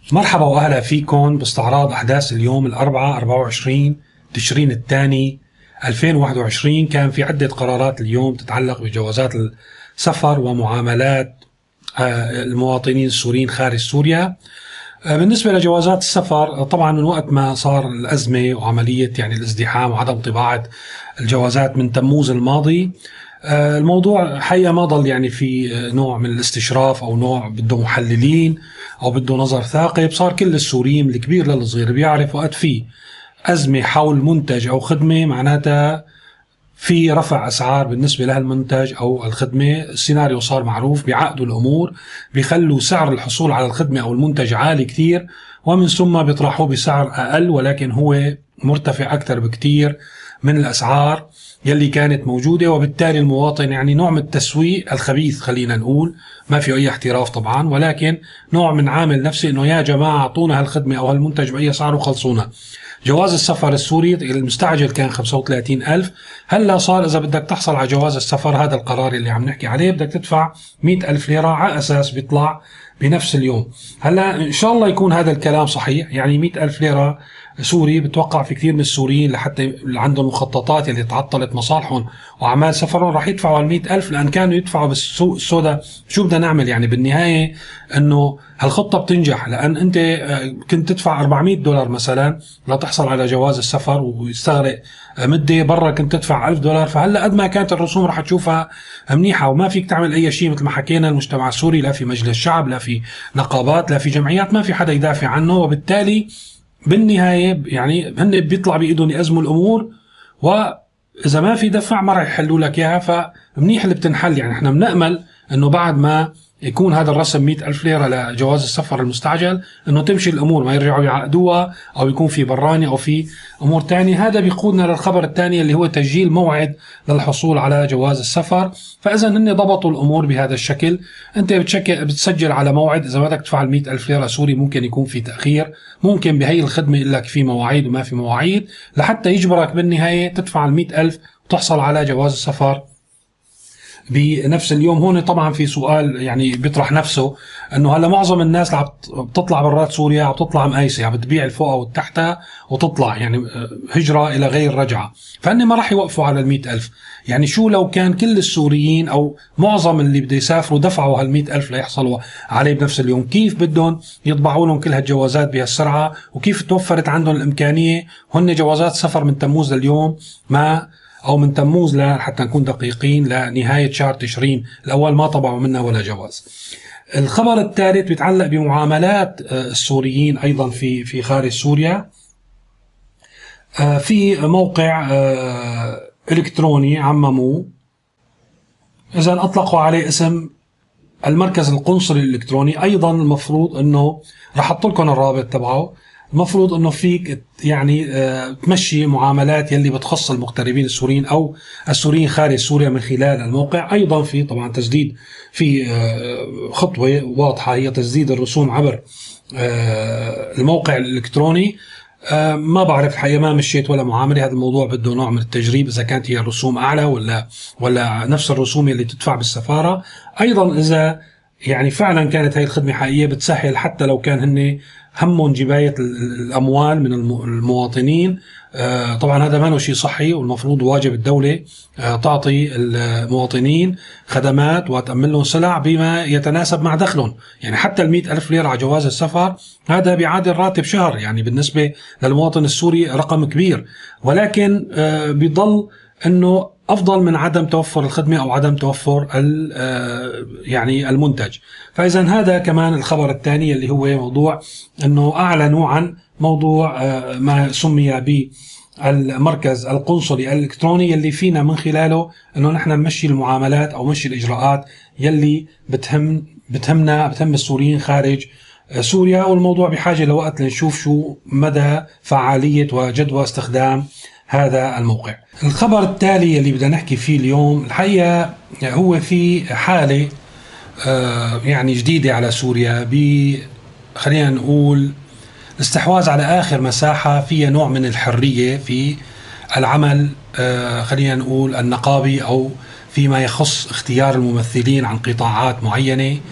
مرحبا وأهلا فيكم باستعراض أحداث اليوم الأربعاء 24 تشرين الثاني 2021. كان في عدة قرارات اليوم تتعلق بجوازات السفر ومعاملات المواطنين السوريين خارج سوريا. بالنسبة لجوازات السفر، طبعا من وقت ما صار الأزمة وعملية الازدحام وعدم طباعة الجوازات من تموز الماضي، الموضوع حقيقة ما ضل في نوع من الاستشراف أو نوع بده محللين أو بده نظر ثاقب. صار كل السوريين من الكبير للصغير بيعرف وقت في أزمة حول منتج أو خدمة معناتها في رفع أسعار بالنسبة لها المنتج أو الخدمة. السيناريو صار معروف، بيعقدوا الأمور، بيخلوا سعر الحصول على الخدمة أو المنتج عالي كتير، ومن ثم بيطرحوه بسعر أقل ولكن هو مرتفع أكثر بكتير من الأسعار يلي كانت موجودة. وبالتالي المواطن نوع من التسويق الخبيث، خلينا نقول ما في أي احتراف طبعا، ولكن نوع من عامل نفسي إنه يا جماعة أعطونا هالخدمة أو هالمنتج بأي سعر وخلصونا. جواز السفر السوري المستعجل كان 35,000، هلا صار إذا بدك تحصل على جواز السفر، هذا القرار اللي عم نحكي عليه، بدك تدفع 100,000 ليرة على أساس بيطلع بنفس اليوم. هلا إن شاء الله يكون هذا الكلام صحيح، 100,000 ليرة سوري. بتوقع في كثير من السوريين لحتى اللي عندهم مخططات اللي تعطلت مصالحهم وأعمال سفرهم راح يدفعوا 100,000، لأن كانوا يدفعوا بالسوق السوداء. شو بدنا نعمل بالنهاية؟ إنه هالخطة بتنجح، لأن أنت كنت تدفع $400 مثلا لتحصل على جواز السفر ويستغرق مدة برا كنت تدفع $1,000، فهلا قد ما كانت الرسوم راح تشوفها منيحة وما فيك تعمل أي شيء. مثل ما حكينا، المجتمع السوري لا في مجلس شعب، لا في نقابات، لا في جمعيات، ما في حدا يدافع عنه، وبالتالي بالنهاية هن بيطلع بإيدهم يأزموا الأمور، وإذا ما في دفع ما راح يحلوا لك إياها. فمنيح اللي بتنحل. احنا بنأمل إنه بعد ما يكون هذا الرسم 100,000 ليرة لجواز السفر المستعجل إنه تمشي الأمور، ما يرجعوا يعقدوها أو يكون في براني أو في أمور تانية. هذا بيقودنا للخبر الثاني اللي هو تسجيل موعد للحصول على جواز السفر. فإذا هن ضبطوا الأمور بهذا الشكل، أنت بتسجل على موعد. إذا بدك تدفع 100,000 ليرة سوري ممكن يكون في تأخير، ممكن بهي الخدمة يقول لك في مواعيد وما في مواعيد، لحتى يجبرك بالنهاية تدفع 100,000 وتحصل على جواز السفر بنفس اليوم. هون طبعا في سؤال بيطرح نفسه، انه هلا معظم الناس اللي بتطلع برات سوريا عم تطلع مقايسه، عم بتبيع الفوق والتحتها وتطلع هجره الى غير رجعه، فهن ما راح يوقفوا على 100,000. شو لو كان كل السوريين او معظم اللي بده يسافروا دفعوا هال100,000 ليحصلوا عليه بنفس اليوم؟ كيف بدهم يطبعوا لهم كل هالجوازات بهالسرعه؟ وكيف توفرت عندهم الامكانيه؟ هن جوازات سفر من تموز لليوم، ما أو من تموز حتى نكون دقيقين لنهاية شهر تشرين الأول ما طبعوا منها ولا جواز. الخبر الثالث بيتعلق بمعاملات السوريين أيضا في خارج سوريا. في موقع إلكتروني عمموه، إذا أطلقوا عليه اسم المركز القنصلي الإلكتروني. أيضا المفروض أنه رح أحط لكم الرابط تبعه. المفروض انه فيك تمشي معاملات يلي بتخص المغتربين السوريين او السوريين خارج سوريا من خلال الموقع. ايضا في طبعا تسديد، في خطوة واضحة هي تسديد الرسوم عبر الموقع الالكتروني. ما بعرف الحقيقة، ما مشيت ولا معاملة. هذا الموضوع بده نوع من التجريب، إذا كانت هي الرسوم أعلى ولا نفس الرسوم اللي تدفع بالسفارة. أيضا إذا فعلا كانت هاي الخدمة حقيقية بتسهل، حتى لو كان هن همهم جباية الأموال من المواطنين. طبعا هذا ما شيء صحي، والمفروض واجب الدولة تعطي المواطنين خدمات وتأمن لهم سلع بما يتناسب مع دخلهم. حتى 100,000 ليرة على جواز السفر هذا بيعادل راتب شهر، بالنسبة للمواطن السوري رقم كبير، ولكن بيضل أنه أفضل من عدم توفر الخدمة أو عدم توفر المنتج. فإذا هذا كمان الخبر الثاني اللي هو موضوع أنه أعلنوا عن موضوع ما سمي بالمركز القنصلي الإلكتروني، اللي فينا من خلاله أنه نحن نمشي المعاملات أو نمشي الإجراءات يلي بتهم السوريين خارج سوريا. والموضوع بحاجة لوقت لنشوف شو مدى فعالية وجدوى استخدام هذا الموقع. الخبر التالي اللي بدنا نحكي فيه اليوم الحقيقة هو في حالة جديدة على سوريا، خلينا نقول الاستحواذ على آخر مساحة فيها نوع من الحرية في العمل، خلينا نقول النقابي، أو فيما يخص اختيار الممثلين عن قطاعات معينة.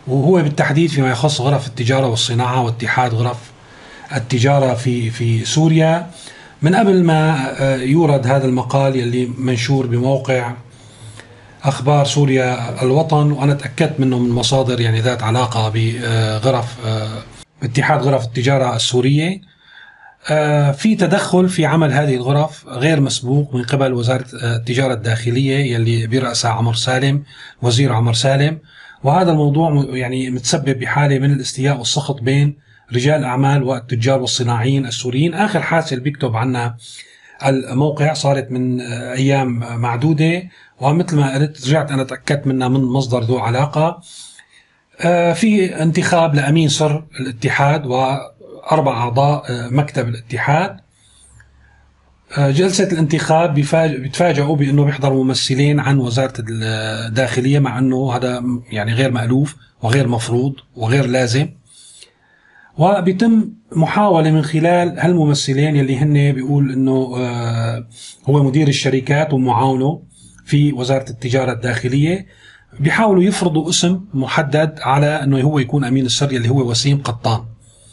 وهو بالتحديد فيما يخص غرف التجارة والصناعة واتحاد غرف التجارة في سوريا، من قبل ما يورد هذا المقال يلي منشور بموقع أخبار سوريا الوطن، وأنا تأكدت منه من مصادر يعني ذات علاقة بغرف اتحاد غرف التجارة السورية. في تدخل في عمل هذه الغرف غير مسبوق من قبل وزارة التجارة الداخلية يلي برأسها عمر سالم، وزير عمر سالم. وهذا الموضوع يعني متسبب بحالة من الاستياء والسخط بين رجال الأعمال والتجار والصناعيين السوريين. آخر حادثة اللي بيكتب عنها الموقع صارت من أيام معدودة، ومثل ما قلت رجعت أنا تأكدت منها من مصدر ذو علاقة. في انتخاب لأمين سر الاتحاد و4 أعضاء مكتب الاتحاد. جلسة الانتخاب بيتفاجئوا بأنه بيحضروا ممثلين عن وزارة الداخلية، مع أنه هذا يعني غير مألوف وغير مفروض وغير لازم. وبيتم محاولة من خلال هالممثلين يلي هن بيقول أنه هو مدير الشركات ومعاونه في وزارة التجارة الداخلية، بيحاولوا يفرضوا اسم محدد على أنه هو يكون أمين السر اللي هو وسيم قطان.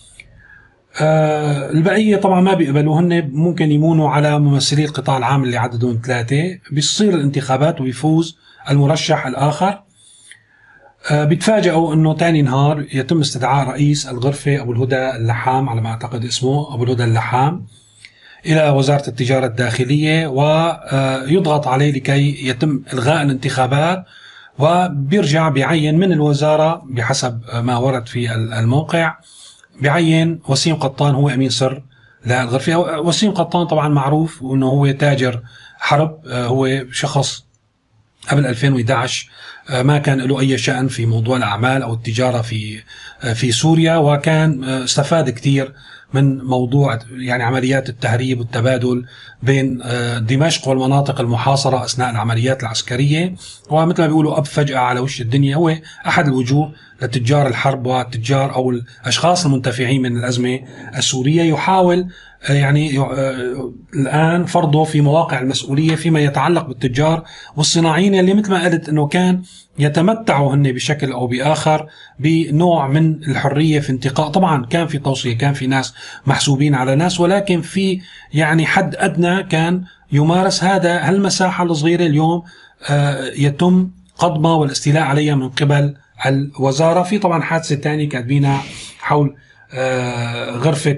البقية طبعا ما بيقبلوا، هن ممكن يمونوا على ممثلي القطاع العام اللي عددهم 3. بيصير الانتخابات ويفوز المرشح الآخر. بيتفاجئوا أنه تاني نهار يتم استدعاء رئيس الغرفة أبو الهدى اللحام، على ما أعتقد اسمه أبو الهدى اللحام، إلى وزارة التجارة الداخلية، ويضغط عليه لكي يتم إلغاء الانتخابات. وبيرجع بيعين من الوزارة بحسب ما ورد في الموقع، بيعين وسيم قطان هو أمين سر للغرفة. وسيم قطان طبعا معروف أنه هو تاجر حرب، هو شخص قبل 2011 ما كان له أي شأن في موضوع الأعمال أو التجارة في سوريا، وكان استفاد كثير من موضوع يعني عمليات التهريب والتبادل بين دمشق والمناطق المحاصرة أثناء العمليات العسكرية. ومثل ما بيقولوا أب فجأة على وش الدنيا، هو أحد الوجوه لتجار الحرب والتجار أو الأشخاص المنتفعين من الأزمة السورية. يحاول يعني الآن فرضه في مواقع المسؤولية فيما يتعلق بالتجار والصناعيين اللي مثل ما قلت أنه كان يتمتعوا هن بشكل أو بآخر بنوع من الحرية في انتقاء. طبعا كان في توصية، كان في ناس محسوبين على ناس، ولكن في يعني حد أدنى كان يمارس. هالمساحة الصغيرة اليوم يتم قضمها والاستيلاء عليها من قبل الوزارة. في طبعا حادثة تانية كاتبينها حول غرفة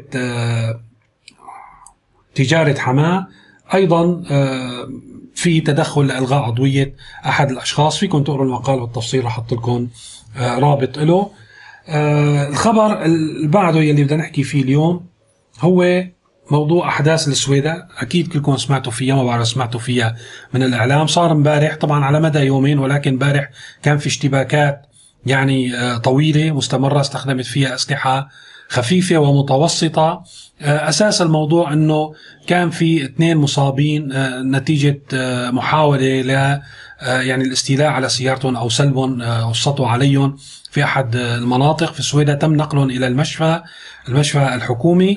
تجارة حماة، أيضا في تدخل لإلغاء عضوية أحد الأشخاص. فيكم تقروا المقال بالتفصيل، رح أحط لكم رابط له. الخبر اللي بعده يلي بدنا نحكي فيه اليوم هو موضوع أحداث السويداء. أكيد كلكم سمعتوا فيها، ما بعرف سمعتوا فيها من الإعلام. صار امبارح طبعا على مدى يومين، ولكن امبارح كان في اشتباكات يعني طويلة مستمرة، استخدمت فيها أسلحة خفيفة ومتوسطة. أساس الموضوع أنه كان في 2 مصابين نتيجة محاولة ل يعني الاستيلاء على سيارتهم أو سلبهم أو السطو عليهم في أحد المناطق في السويداء. تم نقلهم إلى المشفى الحكومي،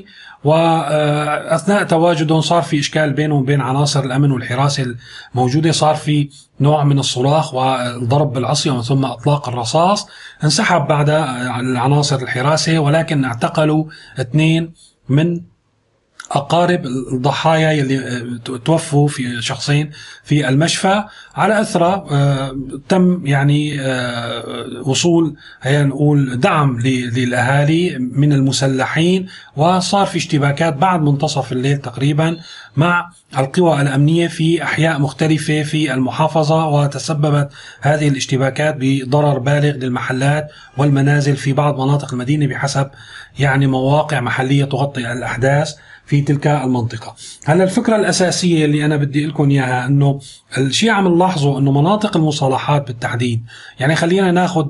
وأثناء تواجدهم صار في إشكال بينهم وبين عناصر الأمن والحراسة الموجودة. صار في نوع من الصراخ والضرب بالعصي ومن ثم إطلاق الرصاص. انسحب بعد العناصر الحراسة، ولكن اعتقلوا 2 من أقارب الضحايا يلي توفوا، في شخصين في المشفى. على أثره تم يعني وصول نقول دعم للأهالي من المسلحين، وصار في اشتباكات بعد منتصف الليل تقريبا مع القوى الأمنية في أحياء مختلفة في المحافظة. وتسببت هذه الاشتباكات بضرر بالغ للمحلات والمنازل في بعض مناطق المدينة بحسب يعني مواقع محلية تغطي الأحداث في تلك المنطقة. هلا الفكرة الأساسية اللي أنا بدي لكم إياها أنه الشيء عم نلاحظه أنه مناطق المصالحات بالتحديد، يعني خلينا ناخد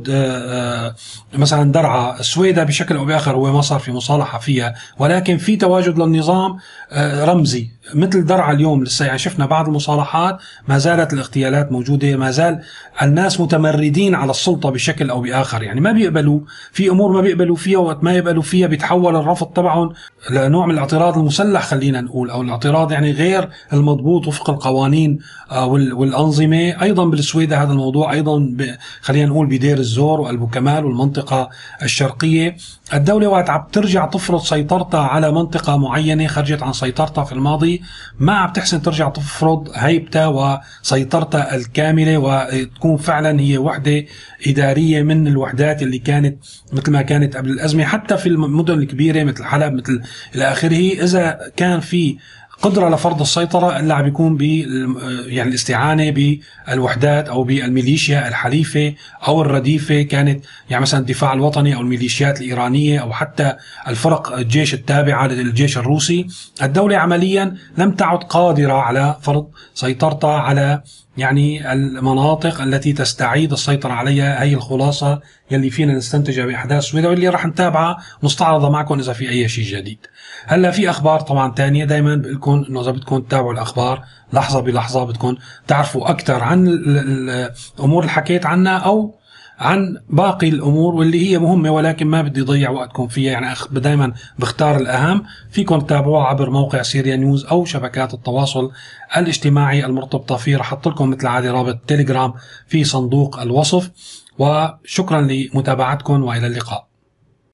مثلا درعا، السويداء بشكل أو بآخر هو ما صار في مصالحة فيها، ولكن في تواجد للنظام رمزي. مثل درعا اليوم لسه يعني شفنا بعض المصالحات، ما زالت الاغتيالات موجودة، ما زال الناس متمردين على السلطة بشكل أو بآخر. يعني ما بيقبلوا في أمور، ما بيقبلوا فيها، وقت ما يقبلوا فيها بيتحول الرفض تبعهم لنوع من الاعتراض مسلح خلينا نقول، أو الاعتراض يعني غير المضبوط وفق القوانين والأنظمة. أيضا بالسويدة هذا الموضوع أيضا خلينا نقول بدير الزور وألبو كمال والمنطقة الشرقية. الدولة وقت عم ترجع تفرض سيطرتها على منطقة معينة خرجت عن سيطرتها في الماضي، ما عم تحسن ترجع تفرض هيبتها وسيطرتها الكاملة، وتكون فعلا هي وحدة إدارية من الوحدات اللي كانت مثل ما كانت قبل الأزمة. حتى في المدن الكبيرة مثل حلب مثل إلى آخره، إذا كان في قدرة لفرض السيطرة إلا بيكون يعني الاستعانة بالوحدات أو بالميليشيا الحليفة أو الرديفة، كانت يعني مثلا الدفاع الوطني أو الميليشيات الإيرانية أو حتى الفرق الجيش التابعة للجيش الروسي. الدولة عمليا لم تعد قادرة على فرض سيطرتها على يعني المناطق التي تستعيد السيطرة عليها. هي الخلاصة يلي فينا نستنتجها بأحداث السويدة، واللي راح نتابعها ونستعرضها معكم إذا في أي شيء جديد. هلا في أخبار طبعا تانية، دايما بقولكم إنه إذا بدكم تتابعوا الأخبار لحظة بلحظة، بدكم تعرفوا أكثر عن الأمور اللي حكيت عنها أو عن باقي الأمور واللي هي مهمة ولكن ما بدي ضيع وقتكم فيها، يعني دائما بختار الأهم. فيكم تتابعوها عبر موقع سيريا نيوز أو شبكات التواصل الاجتماعي المرتبطة فيه. رح أحط لكم مثل عادة رابط تيليجرام في صندوق الوصف. وشكرا لمتابعتكم وإلى اللقاء.